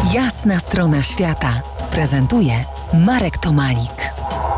Jasna strona świata prezentuje Marek Tomalik.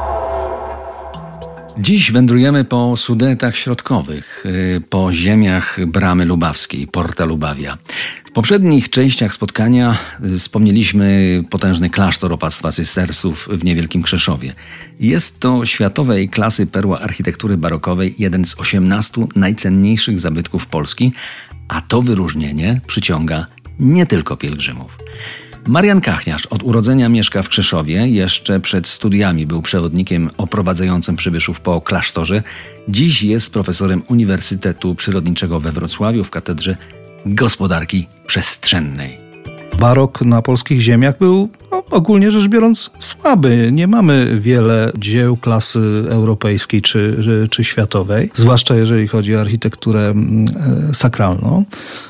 Dziś wędrujemy po Sudetach Środkowych, po ziemiach Bramy Lubawskiej, Porta Lubawia. W poprzednich częściach spotkania wspomnieliśmy potężny klasztor opactwa cystersów w Niewielkim Krzeszowie. Jest to światowej klasy perła architektury barokowej, jeden z 18 najcenniejszych zabytków Polski, a to wyróżnienie przyciąga nie tylko pielgrzymów. Marian Kachniarz od urodzenia mieszka w Krzeszowie. Jeszcze przed studiami był przewodnikiem oprowadzającym przybyszów po klasztorze. Dziś jest profesorem Uniwersytetu Przyrodniczego we Wrocławiu w Katedrze Gospodarki Przestrzennej. Barok na polskich ziemiach był ogólnie rzecz biorąc słaby. Nie mamy wiele dzieł klasy europejskiej czy światowej, zwłaszcza jeżeli chodzi o architekturę sakralną.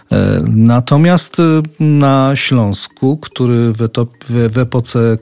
Natomiast na Śląsku, który w epoce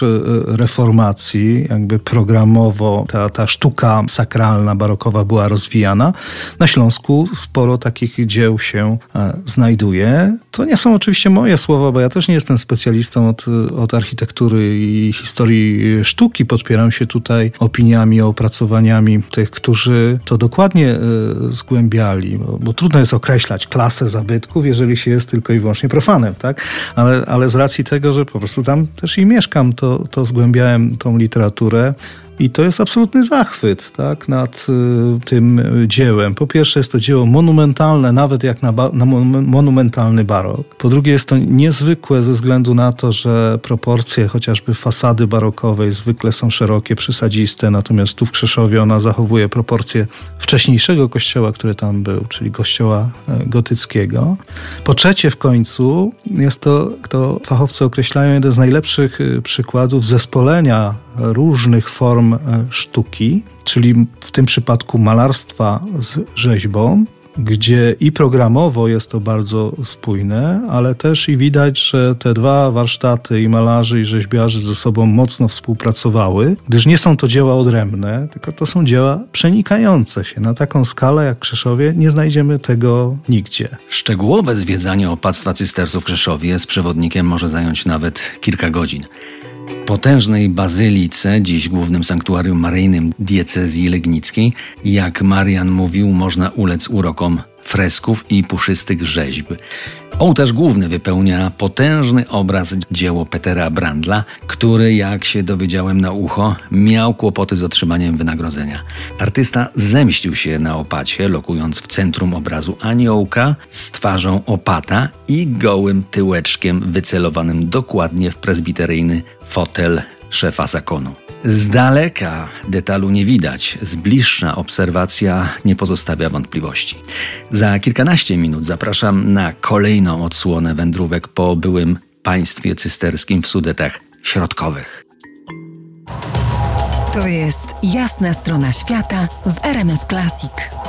kontrreformacji jakby programowo ta sztuka sakralna, barokowa była rozwijana, na Śląsku sporo takich dzieł się znajduje. To nie są oczywiście moje słowa, bo ja też nie jestem specjalistą od architektury i historii sztuki. Podpieram się tutaj opiniami, opracowaniami tych, którzy to dokładnie zgłębiali, bo trudno jest określać klasę zabytków, jeżeli się jest tylko i wyłącznie profanem, tak? Ale z racji tego, że po prostu tam też i mieszkam, to zgłębiałem tą literaturę. I to jest absolutny zachwyt, tak, nad tym dziełem. Po pierwsze jest to dzieło monumentalne, nawet jak na monumentalny barok. Po drugie jest to niezwykłe ze względu na to, że proporcje chociażby fasady barokowej zwykle są szerokie, przysadziste, natomiast tu w Krzeszowie ona zachowuje proporcje wcześniejszego kościoła, który tam był, czyli kościoła gotyckiego. Po trzecie w końcu jest to fachowcy określają, jeden z najlepszych przykładów zespolenia różnych form sztuki, czyli w tym przypadku malarstwa z rzeźbą, gdzie i programowo jest to bardzo spójne, ale też i widać, że te dwa warsztaty, i malarzy, i rzeźbiarzy ze sobą mocno współpracowały, gdyż nie są to dzieła odrębne, tylko to są dzieła przenikające się. Na taką skalę jak w Krzeszowie nie znajdziemy tego nigdzie. Szczegółowe zwiedzanie opactwa cystersów w Krzeszowie z przewodnikiem może zająć nawet kilka godzin. Potężnej bazylice, dziś głównym sanktuarium maryjnym diecezji legnickiej, jak Marian mówił, można ulec urokom fresków i puszystych rzeźb. Ołtarz główny wypełnia potężny obraz, dzieło Petera Brandla, który, jak się dowiedziałem na ucho, miał kłopoty z otrzymaniem wynagrodzenia. Artysta zemścił się na opacie, lokując w centrum obrazu aniołka z twarzą opata i gołym tyłeczkiem wycelowanym dokładnie w prezbiteryjny fotel szefa zakonu. Z daleka detalu nie widać, z bliższa obserwacja nie pozostawia wątpliwości. Za kilkanaście minut zapraszam na kolejną odsłonę wędrówek po byłym państwie cysterskim w Sudetach Środkowych. To jest Jasna strona świata w RMF Classic.